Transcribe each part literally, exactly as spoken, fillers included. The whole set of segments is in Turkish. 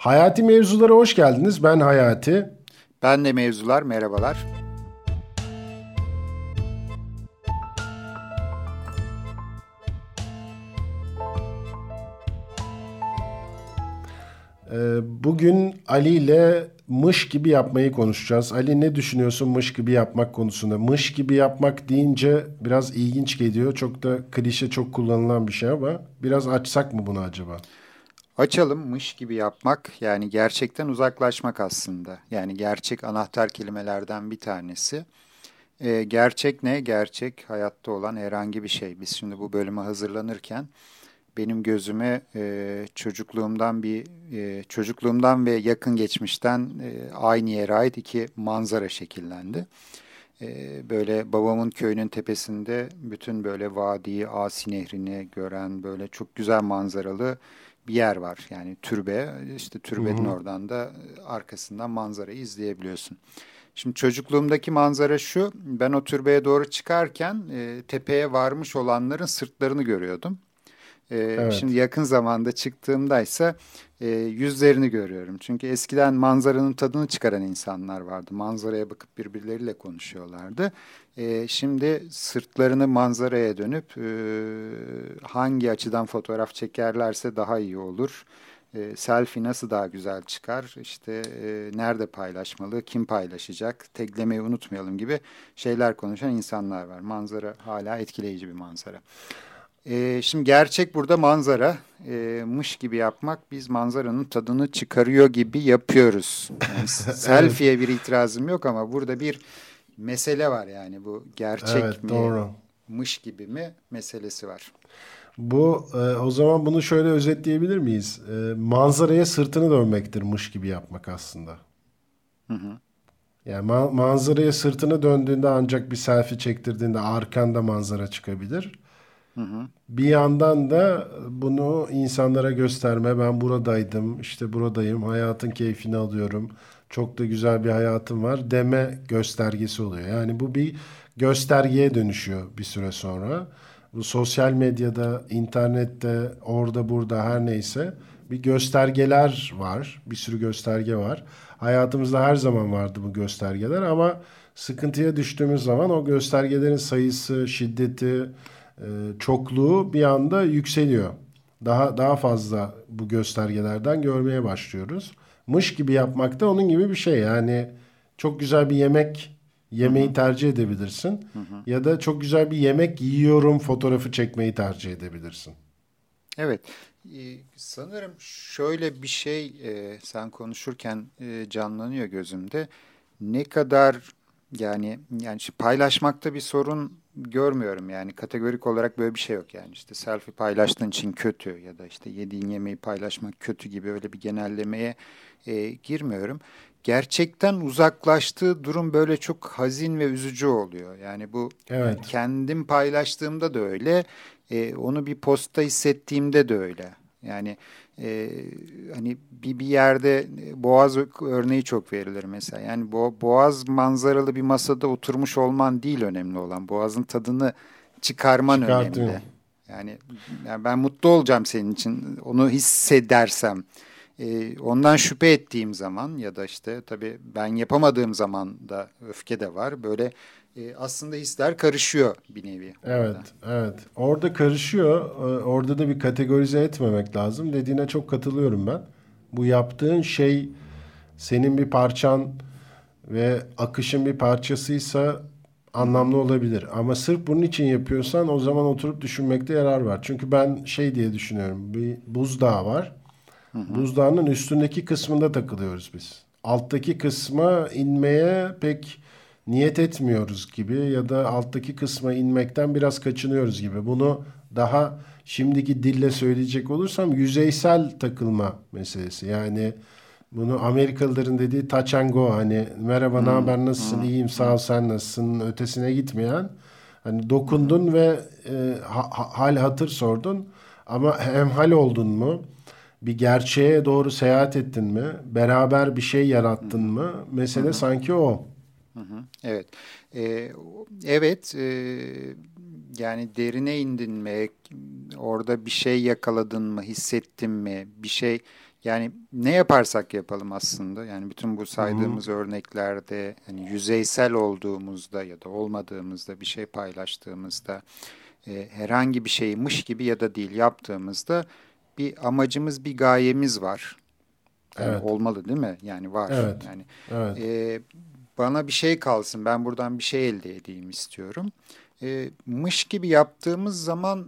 Hayati mevzulara hoş geldiniz. Ben Hayati. Ben de mevzular, merhabalar. Ee, Bugün Ali ile mış gibi yapmayı konuşacağız. Ali ne düşünüyorsun mış gibi yapmak konusunda? Mış gibi yapmak deyince biraz ilginç geliyor. Çok da klişe, çok kullanılan bir şey ama biraz açsak mı bunu acaba? Açalımmış gibi yapmak, yani gerçekten uzaklaşmak aslında. Yani gerçek anahtar kelimelerden bir tanesi. Ee, gerçek ne? Gerçek hayatta olan herhangi bir şey. Biz şimdi bu bölüme hazırlanırken benim gözüme e, çocukluğumdan bir e, çocukluğumdan ve yakın geçmişten e, aynı yere ait iki manzara şekillendi. Ee, böyle babamın köyünün tepesinde bütün böyle vadiyi, Asi Nehri'ni gören böyle çok güzel manzaralı bir yer var. Yani türbe, işte Hı türbenin hı. oradan da arkasından manzarayı izleyebiliyorsun. Şimdi çocukluğumdaki manzara şu, ben o türbeye doğru çıkarken e, tepeye varmış olanların sırtlarını görüyordum. Ee, şimdi Evet. yakın zamanda çıktığımdaysa e, yüzlerini görüyorum. Çünkü eskiden manzaranın tadını çıkaran insanlar vardı. Manzaraya bakıp birbirleriyle konuşuyorlardı. Ee, şimdi sırtlarını manzaraya dönüp e, hangi açıdan fotoğraf çekerlerse daha iyi olur. E, selfie nasıl daha güzel çıkar? İşte e, nerede paylaşmalı, kim paylaşacak, taglemeyi unutmayalım gibi şeyler konuşan insanlar var. Manzara hala etkileyici bir manzara. Ee, şimdi gerçek burada manzara. Ee, mış gibi yapmak, biz manzaranın tadını çıkarıyor gibi yapıyoruz. Yani Evet. selfie'ye bir itirazım yok ama burada bir mesele var, yani bu gerçek Evet, mi, doğru. mış gibi mi meselesi var. Bu e, o zaman bunu şöyle özetleyebilir miyiz? E, manzaraya sırtını dönmektir mış gibi yapmak aslında. Hı hı, Yani ma- manzaraya sırtını döndüğünde ancak bir selfie çektirdiğinde arkanda manzara çıkabilir. hı hı, Bir yandan da bunu insanlara gösterme, ben buradaydım, işte buradayım, hayatın keyfini alıyorum, çok da güzel bir hayatım var deme göstergesi oluyor. Yani bu bir göstergeye dönüşüyor bir süre sonra. Bu sosyal medyada, internette, orada burada her neyse bir göstergeler var, bir sürü gösterge var. Hayatımızda her zaman vardı bu göstergeler ama sıkıntıya düştüğümüz zaman o göstergelerin sayısı, şiddeti, e, çokluğu bir anda yükseliyor. Daha daha fazla bu göstergelerden görmeye başlıyoruz. Mış gibi yapmak da onun gibi bir şey. Yani çok güzel bir yemek hı yemeyi hı, tercih edebilirsin. hı hı. Ya da çok güzel bir yemek yiyorum fotoğrafı çekmeyi tercih edebilirsin. Evet, ee, sanırım şöyle bir şey e, sen konuşurken e, canlanıyor gözümde. Ne kadar yani yani şu paylaşmakta bir sorun görmüyorum, yani kategorik olarak böyle bir şey yok, yani işte selfie paylaştığın için kötü ya da işte yediğin yemeği paylaşmak kötü gibi öyle bir genellemeye e, girmiyorum. Gerçekten uzaklaştığı durum böyle çok hazin ve üzücü oluyor. Yani bu, yani Evet. kendim paylaştığımda da öyle, e, onu bir postta hissettiğimde de öyle. Yani e, hani bir bir yerde e, Boğaz örneği çok verilir mesela. Yani bo Boğaz manzaralı bir masada oturmuş olman değil önemli olan. Boğazın tadını çıkarman Çıkartıyor. önemli. Yani, yani ben mutlu olacağım senin için. Onu hissedersem. E, ondan şüphe ettiğim zaman ya da işte tabii ben yapamadığım zaman da öfke de var. Böyle e, aslında hisler karışıyor bir nevi Evet, orada. evet. Orada karışıyor. Ee, Orada da bir kategorize etmemek lazım. Dediğine çok katılıyorum ben. Bu yaptığın şey senin bir parçan ve akışın bir parçasıysa Hı hı, anlamlı olabilir. Ama sırf bunun için yapıyorsan o zaman oturup düşünmekte yarar var. Çünkü ben şey diye düşünüyorum. Bir buzdağı var. hı hı, Buzdağının üstündeki kısmında takılıyoruz biz. Alttaki kısma inmeye pek niyet etmiyoruz gibi ya da alttaki kısma inmekten biraz kaçınıyoruz gibi. Bunu daha şimdiki dille söyleyecek olursam yüzeysel takılma meselesi. Yani bunu Amerikalıların dediği touch and go, hani merhaba ne hı haber nasılsın hı, iyiyim sağ hı ol sen nasılsın ötesine gitmeyen, hani hı, hı. dokundun ve e, ha- ha- hal hatır sordun ama hemhal oldun mu? Bir gerçeğe doğru seyahat ettin mi? Beraber bir şey Hı yarattın hı, mı? hı Mesele hı, sanki o. hı hı. Evet. Ee, evet. e, yani derine indin mi? Orada bir şey yakaladın mı? Hissettin mi? Bir şey. Yani ne yaparsak yapalım aslında, yani bütün bu Hı hı. saydığımız örneklerde hani yüzeysel olduğumuzda ya da olmadığımızda, bir şey paylaştığımızda, e, herhangi bir şeymiş gibi ya da değil yaptığımızda bir amacımız, bir gayemiz var. Yani Evet. olmalı değil mi? Yani var. Evet. Yani Evet. e, bana bir şey kalsın, ben buradan bir şey elde edeyim istiyorum. E, mış gibi yaptığımız zaman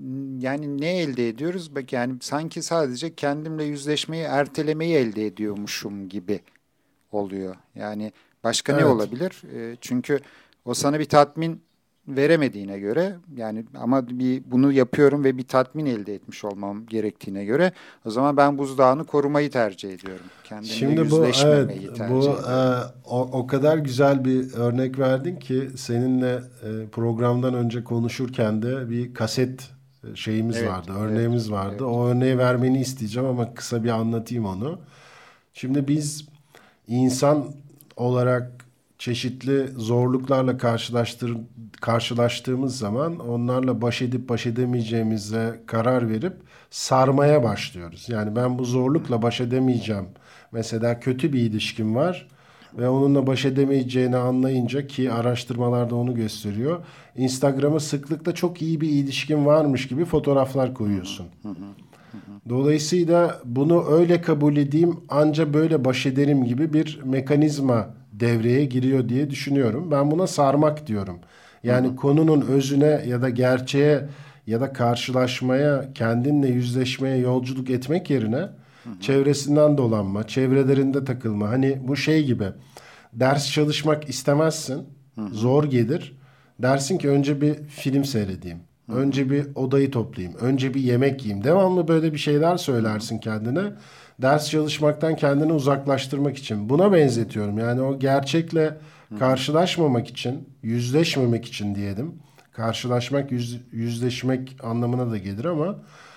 yani ne elde ediyoruz? Bak yani sanki sadece kendimle yüzleşmeyi, ertelemeyi elde ediyormuşum gibi oluyor. Yani başka ne Evet. olabilir? E, çünkü o sana bir tatmin veremediğine göre, yani ama bir bunu yapıyorum ve bir tatmin elde etmiş olmam gerektiğine göre, o zaman ben buzdağını korumayı tercih ediyorum. Kendimle Şimdi bu evet yüzleşmemeyi tercih bu e, ediyorum. o, o kadar güzel bir örnek verdin ki seninle e, programdan önce konuşurken de bir kaset e, şeyimiz Evet, vardı, evet, örneğimiz vardı. evet. O örneği vermeni isteyeceğim ama kısa bir anlatayım onu. Şimdi biz insan olarak çeşitli zorluklarla karşılaştır, karşılaştığımız zaman onlarla baş edip baş edemeyeceğimize karar verip sarmaya başlıyoruz. Yani ben bu zorlukla baş edemeyeceğim. Mesela kötü bir ilişkim var ve onunla baş edemeyeceğini anlayınca, ki araştırmalarda onu gösteriyor, Instagram'a sıklıkla çok iyi bir ilişkin varmış gibi fotoğraflar Hı hı, koyuyorsun. hı hı, hı hı. Dolayısıyla bunu öyle kabul edeyim, anca böyle baş ederim gibi bir mekanizma devreye giriyor diye düşünüyorum. Ben buna sarmak diyorum. Hı Yani hı. konunun özüne ya da gerçeğe ya da karşılaşmaya, kendinle yüzleşmeye yolculuk etmek yerine Hı hı. çevresinden dolanma, çevrelerinde takılma. Hani bu şey gibi, ders çalışmak istemezsin, Hı hı. zor gelir. Dersin ki önce bir film seyredeyim. Hı hı. Önce bir odayı toplayayım. Önce bir yemek yiyeyim. Devamlı böyle bir şeyler Hı hı. söylersin kendine. Ders çalışmaktan kendini uzaklaştırmak için. Buna benzetiyorum. Yani o gerçekle Hı hı. karşılaşmamak için, yüzleşmemek için diyelim. Karşılaşmak, yüz, yüzleşmek anlamına da gelir ama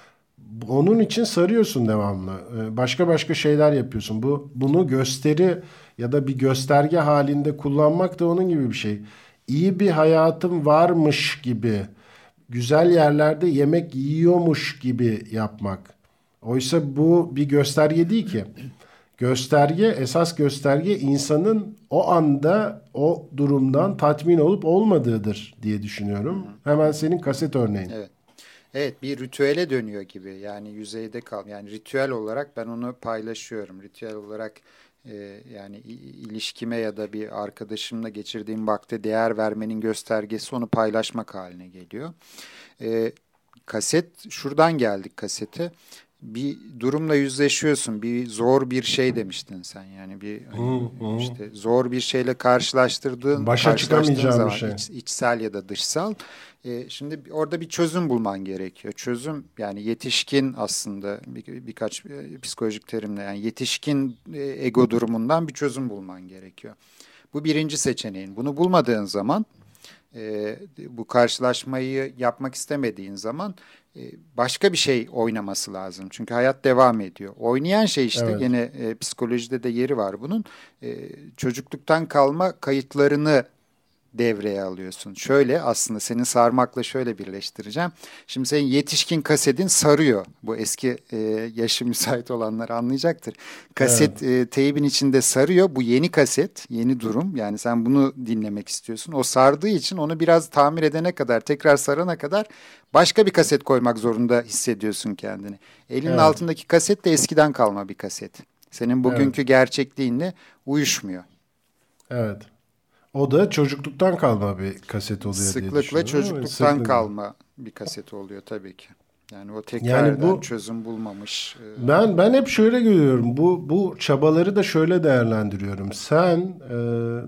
onun için sarıyorsun devamlı. Ee, Başka başka şeyler yapıyorsun. Bu bunu gösteri ya da bir gösterge halinde kullanmak da onun gibi bir şey. İyi bir hayatım varmış gibi, güzel yerlerde yemek yiyormuş gibi yapmak. Oysa bu bir gösterge değil ki. Gösterge, esas gösterge insanın o anda o durumdan tatmin olup olmadığıdır diye Hı düşünüyorum. hı. Hı Hemen hı. senin kaset örneğin. Evet. Evet, bir ritüele dönüyor gibi, yani yüzeyde kal, yani ritüel olarak ben onu paylaşıyorum, ritüel olarak e, yani i- ilişkime ya da bir arkadaşımla geçirdiğim vakte değer vermenin göstergesi onu paylaşmak haline geliyor. E, Kaset, şuradan geldik kasete. Bir durumla yüzleşiyorsun. Bir zor bir şey demiştin sen. Yani bir Hı hani hı. işte zor bir şeyle karşılaştırdığın Başa karşılaştığın çıkamayacağım bir zaman şey. iç, içsel ya da dışsal. E, şimdi orada bir çözüm bulman gerekiyor. Çözüm yani yetişkin, aslında bir, birkaç e, psikolojik terimle, yani yetişkin e, ego durumundan bir çözüm bulman gerekiyor. Bu birinci seçeneğin. Bunu bulmadığın zaman, e, bu karşılaşmayı yapmak istemediğin zaman e, başka bir şey oynaması lazım. Çünkü hayat devam ediyor. Oynayan şey işte, Evet. gene e, psikolojide de yeri var bunun. E, çocukluktan kalma kayıtlarını devreye alıyorsun. Şöyle, aslında senin sarmakla şöyle birleştireceğim. Şimdi senin yetişkin kasetin sarıyor. Bu eski e, yaşı müsait olanlar anlayacaktır. Evet. Kaset e, teybin içinde sarıyor. Bu yeni kaset, yeni durum. Yani sen bunu dinlemek istiyorsun. O sardığı için onu biraz tamir edene kadar, tekrar sarana kadar başka bir kaset koymak zorunda hissediyorsun kendini. Elinin Evet. altındaki kaset de eskiden kalma bir kaset. Senin Evet. bugünkü gerçekliğinle uyuşmuyor. Evet. O da çocukluktan kalma bir kaset oluyor diye Sıklıkla düşünüyorum, değil mi? çocukluktan Sıklıkla. kalma bir kaset oluyor tabii ki. Yani o Yani tekrardan bu çözüm bulmamış. e, ben ben hep şöyle görüyorum. Bu bu çabaları da şöyle değerlendiriyorum. Sen e,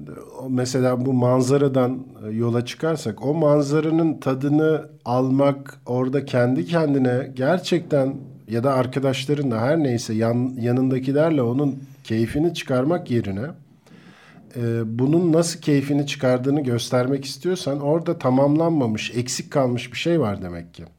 mesela bu manzaradan e, yola çıkarsak, o manzaranın tadını almak, orada kendi kendine gerçekten ya da arkadaşlarınla, her neyse, yan, yanındakilerle onun keyfini çıkarmak yerine e, bunun nasıl keyfini çıkardığını göstermek istiyorsan, orada tamamlanmamış, eksik kalmış bir şey var demek ki.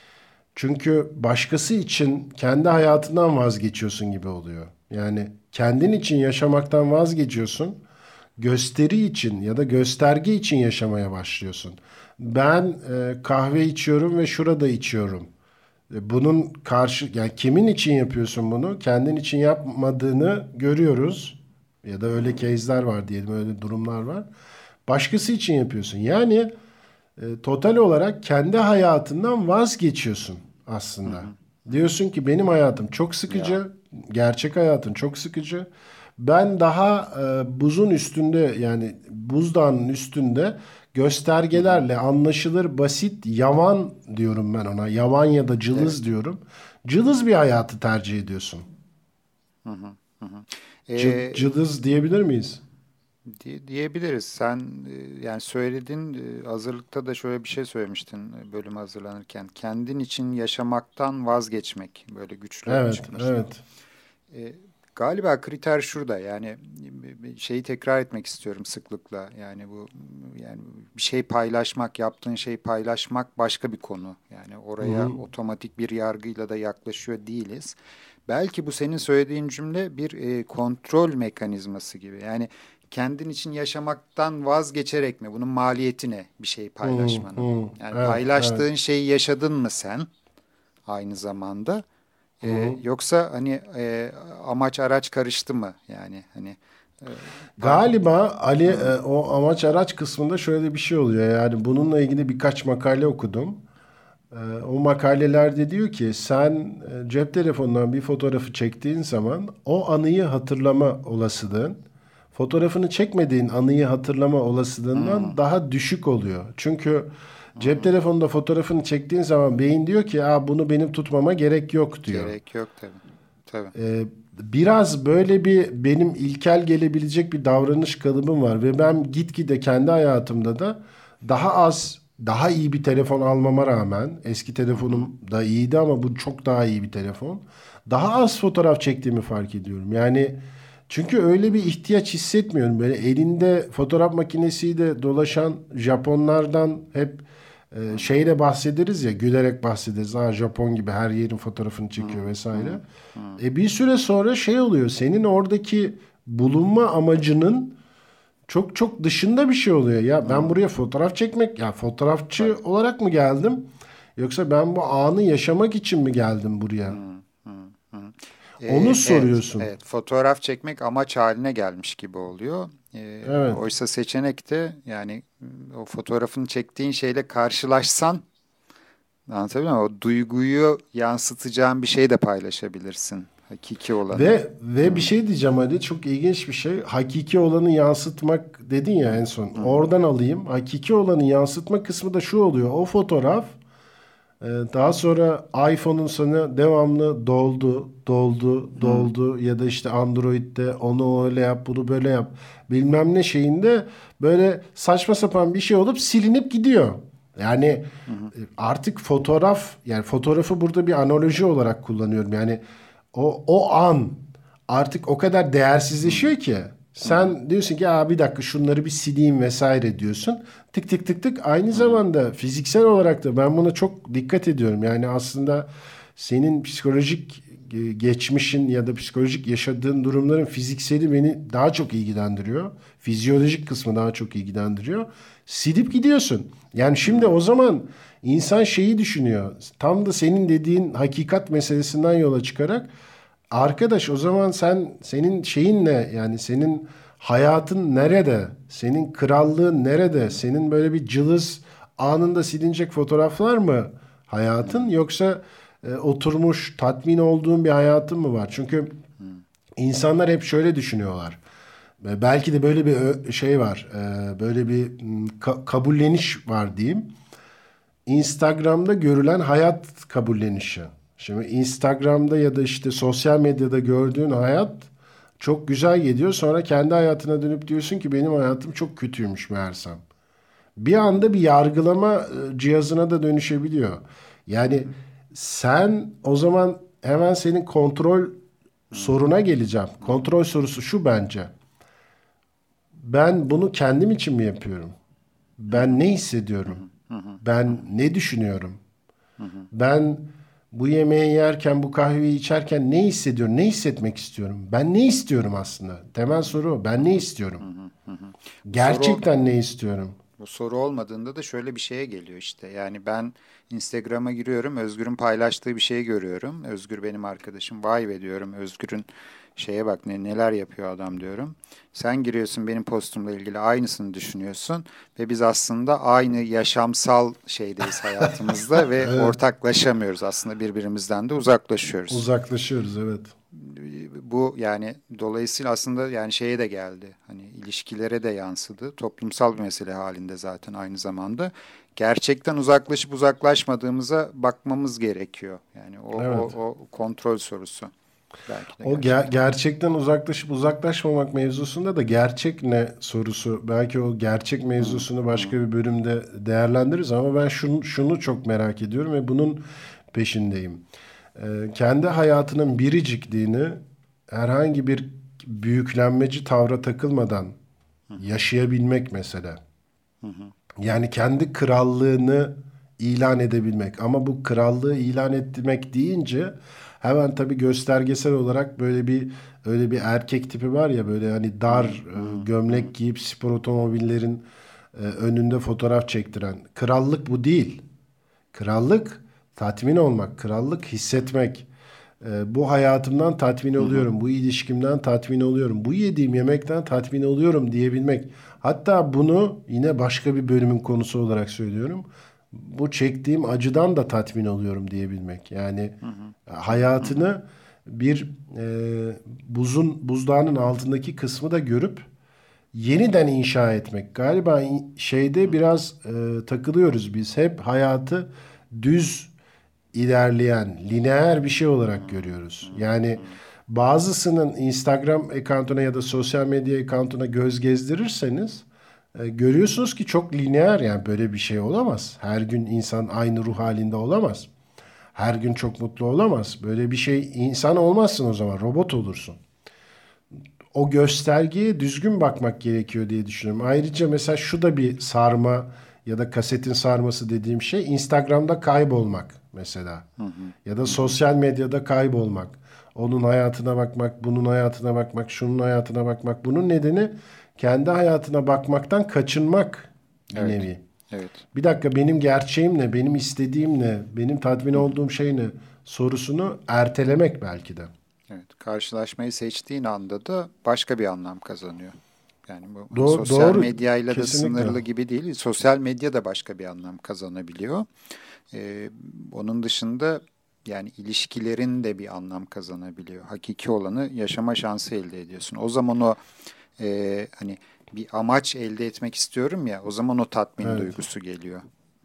Çünkü başkası için kendi hayatından vazgeçiyorsun gibi oluyor. Yani kendin için yaşamaktan vazgeçiyorsun. Gösteri için ya da gösterge için yaşamaya başlıyorsun. Ben e, kahve içiyorum ve şurada içiyorum. E, Bunun karşı yani kimin için yapıyorsun bunu? Kendin için yapmadığını görüyoruz. Ya da öyle case'ler var diyelim, öyle durumlar var. Başkası için yapıyorsun. Yani e, total olarak kendi hayatından vazgeçiyorsun Hı aslında. hı. Diyorsun ki benim hayatım çok Ya. sıkıcı, gerçek hayatın çok sıkıcı. Ben daha e, buzun üstünde, yani buzdağının üstünde Hı hı. göstergelerle anlaşılır, basit, yavan diyorum ben ona. Yavan ya da cılız Evet. diyorum. Cılız bir hayatı tercih ediyorsun. Hı hı. Hı hı. Cı- Ee, cılız diyebilir miyiz? diye- diyebiliriz. Sen e, yani söyledin, e, hazırlıkta da şöyle bir şey söylemiştin e, bölüme hazırlanırken. Kendin için yaşamaktan vazgeçmek böyle güçlü öne Evet, çıkmıştın. evet. E, Galiba kriter şurada, yani bir şeyi tekrar etmek istiyorum sıklıkla, yani bu, yani bir şey paylaşmak, yaptığın şeyi paylaşmak başka bir konu, yani Hı oraya hı. otomatik bir yargıyla da yaklaşıyor değiliz. Belki bu senin söylediğin cümle bir e, kontrol mekanizması gibi, yani kendin için yaşamaktan vazgeçerek mi, bunun maliyeti ne bir şey Hı hı. paylaşmanın, Hı. yani Evet, evet. paylaştığın şeyi yaşadın mı sen aynı zamanda? Hı Ee, hı. yoksa hani e, amaç araç karıştı mı? Yani hani e, pa- Galiba Ali, hı, e, o amaç araç kısmında şöyle bir şey oluyor. Yani bununla ilgili birkaç makale okudum. E, o makalelerde diyor ki sen e, cep telefonundan bir fotoğrafı çektiğin zaman o anıyı hatırlama olasılığın fotoğrafını çekmediğin anıyı hatırlama hı, olasılığından daha düşük oluyor. Çünkü cep hı. telefonunda fotoğrafını çektiğin zaman beyin diyor ki, Aa, bunu benim tutmama gerek yok diyor. Gerek yok tabii. Tabii. Ee, Biraz böyle bir benim ilkel gelebilecek bir davranış kalıbım var ve ben gitgide kendi hayatımda da daha az, daha iyi bir telefon almama rağmen, eski Hı hı, telefonum da iyiydi ama bu çok daha iyi bir telefon. Daha az fotoğraf çektiğimi fark ediyorum. Yani çünkü öyle bir ihtiyaç hissetmiyorum. Böyle elinde fotoğraf makinesiyle dolaşan Japonlardan hep hı e, hı, şeyle bahsederiz ya, gülerek bahsederiz. Ha, Japon gibi her yerin fotoğrafını hı çekiyor hı, vesaire. hı E bir süre sonra şey oluyor. Senin oradaki bulunma amacının çok çok dışında bir şey oluyor. Ya ben hı. buraya fotoğraf çekmek, ya fotoğrafçı Tabii. olarak mı geldim? Yoksa ben bu anı yaşamak için mi geldim Hı buraya? hı, hı. Onu Ee, evet, soruyorsun. evet. Fotoğraf çekmek amaç haline gelmiş gibi oluyor. Ee, Evet. oysa seçenek de, yani o fotoğrafını çektiğin şeyle karşılaşsan, anlatabiliyor muyum? O duyguyu yansıtacağın bir şey de paylaşabilirsin. Hakiki olanı. Ve ve bir Hı, şey diyeceğim Ali, çok ilginç bir şey. Hakiki olanı yansıtmak dedin ya hı, en son. hı, Oradan alayım. Hakiki olanı yansıtma kısmı da şu oluyor. O fotoğraf e, daha sonra iPhone'un sana devamlı doldu, doldu, hı, doldu ya da işte Android'de onu öyle yap, bunu böyle yap. Bilmem ne şeyinde böyle saçma sapan bir şey olup silinip gidiyor. Yani e, hı, hı, artık fotoğraf, yani fotoğrafı burada bir analoji olarak kullanıyorum. Yani o o an artık o kadar değersizleşiyor ki hı, hı, sen diyorsun ki, Aa, bir dakika şunları bir sileyim vesaire diyorsun. Tık tık tık tık, aynı hı, hı, zamanda fiziksel olarak da ben buna çok dikkat ediyorum. Yani aslında senin psikolojik e, geçmişin ya da psikolojik yaşadığın durumların fizikseli beni daha çok ilgilendiriyor. Fizyolojik kısmı daha çok ilgilendiriyor. Silip gidiyorsun. Yani şimdi hı, o zaman insan şeyi düşünüyor. Tam da senin dediğin hakikat meselesinden yola çıkarak, arkadaş o zaman sen, senin şeyin ne? Yani senin hayatın nerede? Senin krallığın nerede? Senin böyle bir cılız anında silinecek fotoğraflar mı hayatın? Yoksa e, oturmuş tatmin olduğun bir hayatın mı var? Çünkü insanlar hep şöyle düşünüyorlar. Ve belki de böyle bir ö- şey var. e, Böyle bir m, ka- kabulleniş var diyeyim. Instagram'da görülen hayat kabullenişi. Şimdi Instagram'da ya da işte sosyal medyada gördüğün hayat çok güzel geliyor. Sonra kendi hayatına dönüp diyorsun ki benim hayatım çok kötüymüş meğersem. Bir anda bir yargılama e, cihazına da dönüşebiliyor. Yani sen o zaman hemen senin kontrol soruna geleceğim. Kontrol sorusu şu bence. Ben bunu kendim için mi yapıyorum? Ben ne hissediyorum? Ben ne düşünüyorum? Ben bu yemeği yerken, bu kahveyi içerken ne hissediyorum? Ne hissetmek istiyorum? Ben ne istiyorum aslında? Temel soru o. Ben ne istiyorum? hı, hı. Bu soru Gerçekten ne istiyorum? Bu soru olmadığında da şöyle bir şeye geliyor işte. Yani ben Instagram'a giriyorum, Özgür'ün paylaştığı bir şeyi görüyorum. Özgür benim arkadaşım. Vay be diyorum. Özgür'ün şeye bak ne neler yapıyor adam diyorum. Sen giriyorsun benim postumla ilgili aynısını düşünüyorsun ve biz aslında aynı yaşamsal şeydeyiz hayatımızda ve Evet. ortaklaşamıyoruz aslında birbirimizden de uzaklaşıyoruz. Uzaklaşıyoruz, evet. Bu yani dolayısıyla aslında yani şeye de geldi. Hani ilişkilere de yansıdı. Toplumsal bir mesele halinde zaten aynı zamanda. Gerçekten uzaklaşıp uzaklaşmadığımıza bakmamız gerekiyor. Yani o o, Evet. o kontrol sorusu belki de O ger- gerçekten. gerçekten uzaklaşıp uzaklaşmamak mevzusunda da gerçek ne sorusu. Belki o gerçek Hı, mevzusunu hı, başka bir bölümde değerlendiririz ama ben şunu, şunu çok merak ediyorum ve bunun peşindeyim. Ee, kendi hayatının biricikliğini herhangi bir büyüklenmeci tavra takılmadan hı, yaşayabilmek mesela. hı, hı, Yani kendi krallığını ilan edebilmek. Ama bu krallığı ilan etmek deyince hemen tabii göstergesel olarak böyle bir öyle bir erkek tipi var ya, böyle hani hı, dar hı, e, hı. gömlek giyip spor otomobillerin e, önünde fotoğraf çektiren. Krallık bu değil. Krallık tatmin olmak, krallık hissetmek. E, bu hayatımdan tatmin Hı hı. oluyorum, bu ilişkimden tatmin oluyorum, bu yediğim yemekten tatmin oluyorum diyebilmek. Hatta bunu yine başka bir bölümün konusu olarak söylüyorum. Bu çektiğim acıdan da tatmin oluyorum diyebilmek. Yani Hı hı. Hı hı. hayatını bir e, buzun buzdağının altındaki kısmı da görüp yeniden inşa etmek. Galiba in- şeyde biraz e, takılıyoruz biz. Hep hayatı düz ilerleyen, lineer bir şey olarak görüyoruz. Yani bazısının Instagram account'una ya da sosyal medya account'una göz gezdirirseniz e, görüyorsunuz ki çok lineer, yani böyle bir şey olamaz. Her gün insan aynı ruh halinde olamaz. Her gün çok mutlu olamaz. Böyle bir şey, insan olmazsın o zaman, robot olursun. O göstergeye düzgün bakmak gerekiyor diye düşünüyorum. Ayrıca mesela şu da bir sarma ya da kasetin sarması dediğim şey, Instagram'da kaybolmak mesela. Hı hı. Ya da Hı hı. sosyal medyada kaybolmak. Onun hayatına bakmak, bunun hayatına bakmak, şunun hayatına bakmak. Bunun nedeni kendi hayatına bakmaktan kaçınmak bir Evet. nevi. Evet. Bir dakika, benim gerçeğim ne, benim istediğim ne, benim tatmin Hı hı. olduğum şey ne sorusunu ertelemek belki de. Evet. Karşılaşmayı seçtiğin anda da başka bir anlam kazanıyor. Yani bu hani Doğru, sosyal doğru, medyayla da kesinlikle. sınırlı gibi değil. Sosyal medya da başka bir anlam kazanabiliyor. Ee, Onun dışında yani ilişkilerin de bir anlam kazanabiliyor. Hakiki olanı yaşama şansı elde ediyorsun. O zaman o e, hani bir amaç elde etmek istiyorum ya, o zaman o tatmin Evet, duygusu geliyor.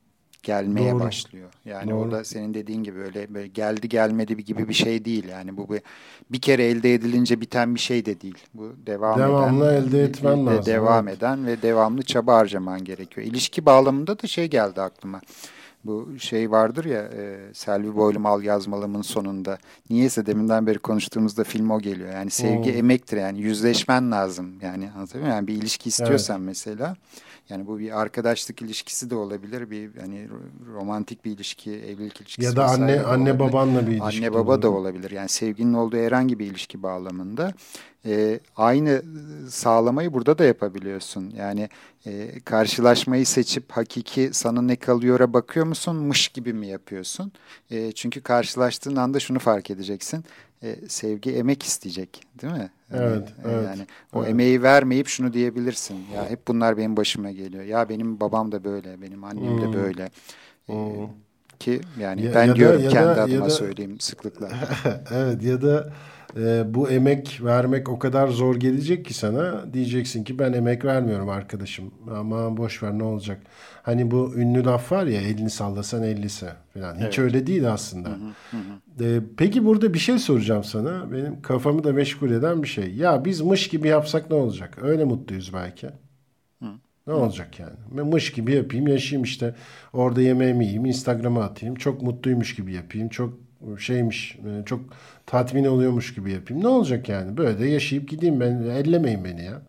Gelmeye doğru, başlıyor. Yani o doğru. da senin dediğin gibi öyle böyle geldi gelmedi bir gibi bir şey değil. Yani bu bir, bir kere elde edilince biten bir şey de değil. Bu devam eden, Devamlı elde bir, bir etmen de lazım, devam evet. eden ve devamlı çaba harcaman gerekiyor. İlişki bağlamında da şey geldi aklıma. Bu şey vardır ya, e, Selvi Boylum Al Yazmalım'ın sonunda. Niyeyse deminden beri konuştuğumuzda film o geliyor. Yani sevgi Hmm, emektir, yani yüzleşmen lazım. Yani anlatabiliyor muyum? Yani bir ilişki evet, istiyorsan mesela, yani bu bir arkadaşlık ilişkisi de olabilir, bir hani ro- romantik bir ilişki, evlilik ya ilişkisi da anne vesaire de anne olabilir. babanla bir ilişki Anne de baba da olabilir. olabilir. Yani sevginin olduğu herhangi bir ilişki bağlamında e, aynı sağlamayı burada da yapabiliyorsun. Yani e, karşılaşmayı seçip hakiki sana ne kalıyor'a bakıyor musun, mış gibi mi yapıyorsun? E, çünkü karşılaştığın anda şunu fark edeceksin. E, sevgi emek isteyecek, değil mi? Hani Evet, e, evet, yani o evet. emeği vermeyip şunu diyebilirsin. Ya hep bunlar benim başıma geliyor. Ya benim babam da böyle, benim annem de Hmm, böyle. E, hmm. Ki yani Ya, ben ya da diyorum ya da kendi ya adıma da söyleyeyim sıklıkla. evet, ya da e, bu emek vermek o kadar zor gelecek ki sana, diyeceksin ki ben emek vermiyorum arkadaşım. Ama boş ver, ne olacak? Hani bu ünlü laf var ya, elini sallasan ellise falan. Hiç Evet. öyle değil Hı aslında. hı, hı hı. E, peki burada bir şey soracağım sana. Benim kafamı da meşgul eden bir şey. Ya biz mış gibi yapsak ne olacak? Öyle mutluyuz belki. Hı Ne hı. olacak yani? Ben mış gibi yapayım, yaşayayım işte. Orada yemeğimi yiyeyim, Instagram'a atayım. Çok mutluymuş gibi yapayım. Çok şeymiş, e, çok tatmin oluyormuş gibi yapayım. Ne olacak yani? Böyle de yaşayıp gideyim ben. Ellemeyin beni ya.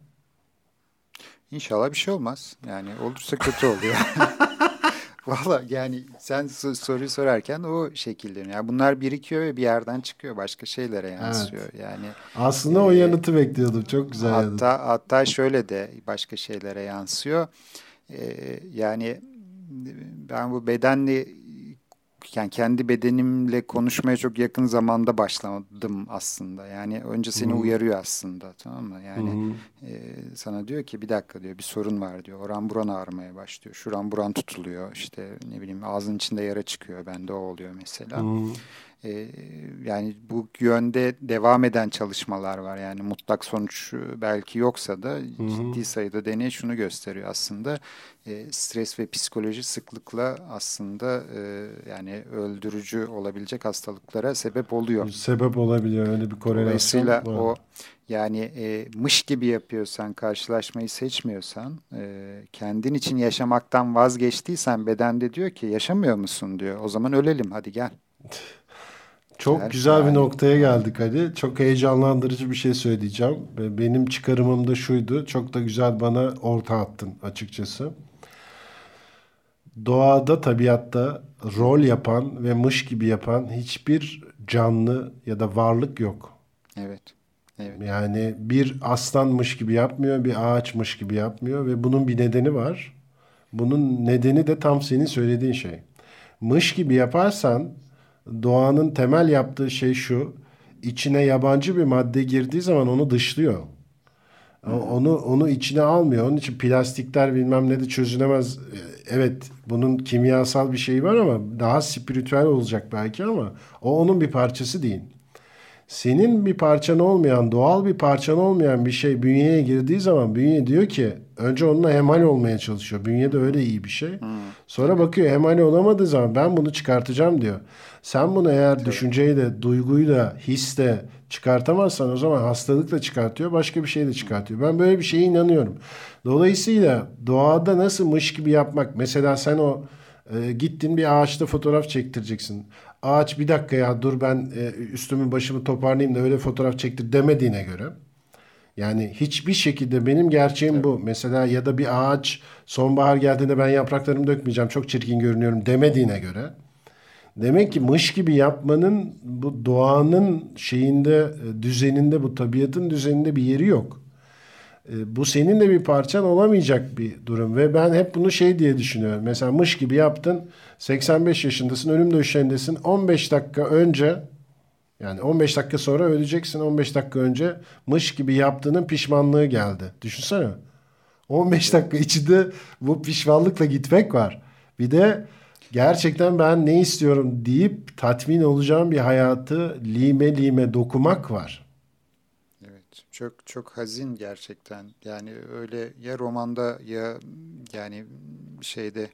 İnşallah bir şey olmaz. Yani olursa kötü oluyor. Valla yani sen so- soruyu sorarken o şekilde. Yani bunlar birikiyor ve bir yerden çıkıyor. Başka şeylere Evet. yansıyor. Yani Aslında o e, yanıtı bekliyordum. Çok güzel yanıt. hatta hatta şöyle de başka şeylere yansıyor. Ee, yani ben bu bedenle, yani kendi bedenimle konuşmaya çok yakın zamanda başladım aslında. Yani önce Hı seni hı. uyarıyor aslında, tamam mı? Hı Yani hı. e, sana diyor ki bir dakika diyor, bir sorun var diyor. Oran buran ağrımaya başlıyor. Şuran buran tutuluyor. İşte ne bileyim ağzın içinde yara çıkıyor. Bende o oluyor Hı mesela. hı. Ee, Yani bu yönde devam eden çalışmalar var. Yani mutlak sonuç e, belki yoksa da Hı hı. ciddi sayıda deney şunu gösteriyor aslında. E, stres ve psikoloji sıklıkla aslında e, yani öldürücü olabilecek hastalıklara sebep oluyor. Sebep olabiliyor. Öyle bir korelasyon Dolayısıyla var. o, yani e, mış gibi yapıyorsan, karşılaşmayı seçmiyorsan, e, kendin için yaşamaktan vazgeçtiysen beden de diyor ki yaşamıyor musun diyor. O zaman ölelim, hadi gel. Çok Gel güzel bir yani. noktaya geldik Ali. Çok heyecanlandırıcı bir şey söyleyeceğim. Ve benim çıkarımım da şuydu. Çok da güzel bana orta attın açıkçası. Doğada, tabiatta rol yapan ve mış gibi yapan hiçbir canlı ya da varlık yok. Evet. Evet. Yani bir aslanmış gibi yapmıyor, bir ağaçmış gibi yapmıyor ve bunun bir nedeni var. Bunun nedeni de tam senin söylediğin şey. Mış gibi yaparsan doğanın temel yaptığı şey şu. İçine yabancı bir madde girdiği zaman onu dışlıyor. Hı hı. Onu onu içine almıyor. Onun için plastikler bilmem ne de çözülemez. Ee, Evet, bunun kimyasal bir şeyi var ama daha spiritüel olacak belki ama o onun bir parçası değil. Senin bir parçan olmayan, doğal bir parçan olmayan bir şey bünyeye girdiği zaman bünye diyor ki önce onunla hemal olmaya çalışıyor. Bünye de öyle iyi bir şey. Hı. Sonra Tabii. bakıyor hemal olamadığı zaman ben bunu çıkartacağım diyor. Sen bunu eğer Tabii. düşünceyle, duyguyla, hisle çıkartamazsan o zaman hastalıkla çıkartıyor, başka bir şey de Hı hı. çıkartıyor. Ben böyle bir şeye inanıyorum. Dolayısıyla doğada nasıl mış gibi yapmak, mesela sen o e, gittin bir ağaçta fotoğraf çektireceksin. Ağaç bir dakika ya dur ben e, üstümü başımı toparlayayım da öyle fotoğraf çektir demediğine göre. Yani hiçbir şekilde benim gerçeğim Tabii. bu. Mesela ya da bir ağaç sonbahar geldiğinde ben yapraklarımı dökmeyeceğim çok çirkin görünüyorum demediğine göre. Demek Hı ki hı. mış gibi yapmanın bu doğanın şeyinde, e, düzeninde, bu tabiatın düzeninde bir yeri yok. E, bu senin de bir parçan olamayacak bir durum ve ben hep bunu şey diye düşünüyorum. Mesela mış gibi yaptın, seksen beş yaşındasın, ölüm döşeğindesin. on beş dakika önce, yani on beş dakika sonra öleceksin, on beş dakika önce mış gibi yaptığının pişmanlığı geldi. Düşünsene. on beş dakika Evet. içinde bu pişmanlıkla gitmek var. Bir de gerçekten ben ne istiyorum deyip tatmin olacağım bir hayatı lime lime dokumak var. Evet. Çok çok hazin gerçekten. Yani öyle ya romanda ya yani şeyde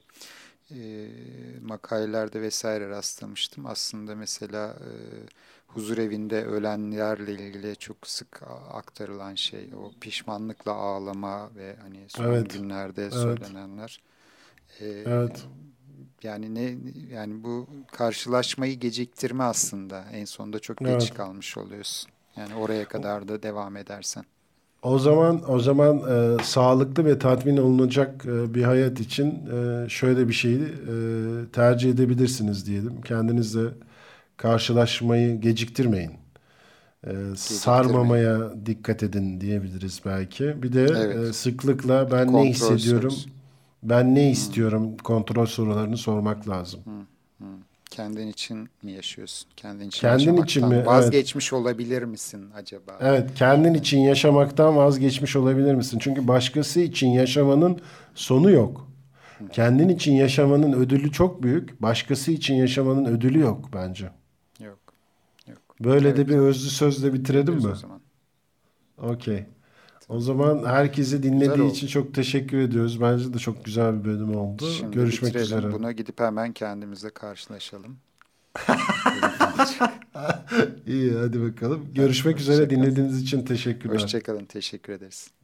e, makalelerde vesaire rastlamıştım. Aslında mesela e, huzur evinde ölenlerle ilgili çok sık a- aktarılan şey o pişmanlıkla ağlama ve hani son Evet, günlerde evet, söylenenler. E, evet, Yani ne, yani bu karşılaşmayı geciktirme aslında. En sonunda çok geç evet. kalmış oluyorsun. Yani oraya kadar da devam edersen. O zaman o zaman e, sağlıklı ve tatmin olunacak e, bir hayat için e, şöyle bir şeyi e, tercih edebilirsiniz diyelim. Kendinizle karşılaşmayı geciktirmeyin. E, Geciktirmeyin. sarmamaya dikkat edin diyebiliriz belki. Bir de e, Evet. sıklıkla ben ne hissediyorum, Kontrolsüz. ben ne Hı, istiyorum kontrol sorularını sormak lazım. hı, hı. Kendin için mi yaşıyorsun? Kendin için Kendin için mi? yaşamaktan Evet. vazgeçmiş olabilir misin acaba? Evet, kendin Yani için yaşamaktan vazgeçmiş olabilir misin? Çünkü başkası için yaşamanın sonu yok. hı hı. Kendin için yaşamanın ödülü çok büyük. Başkası için yaşamanın ödülü yok bence. Yok, yok. Böyle de bir Evet. özlü sözle bitirelim Diyebiliriz mi? o zaman. Okey. O Tamam. zaman herkese Güzel dinlediği için oldu. çok teşekkür ediyoruz. Bence de çok güzel bir bölüm oldu. Şimdi Görüşmek bitirelim. üzere. Buna gidip hemen kendimizle karşılaşalım. Keyifli olacak. İyi, hadi bakalım. Hadi Görüşmek üzere. hoşça kal. Dinlediğiniz için teşekkürler. Hoşça kalın. Teşekkür ederiz.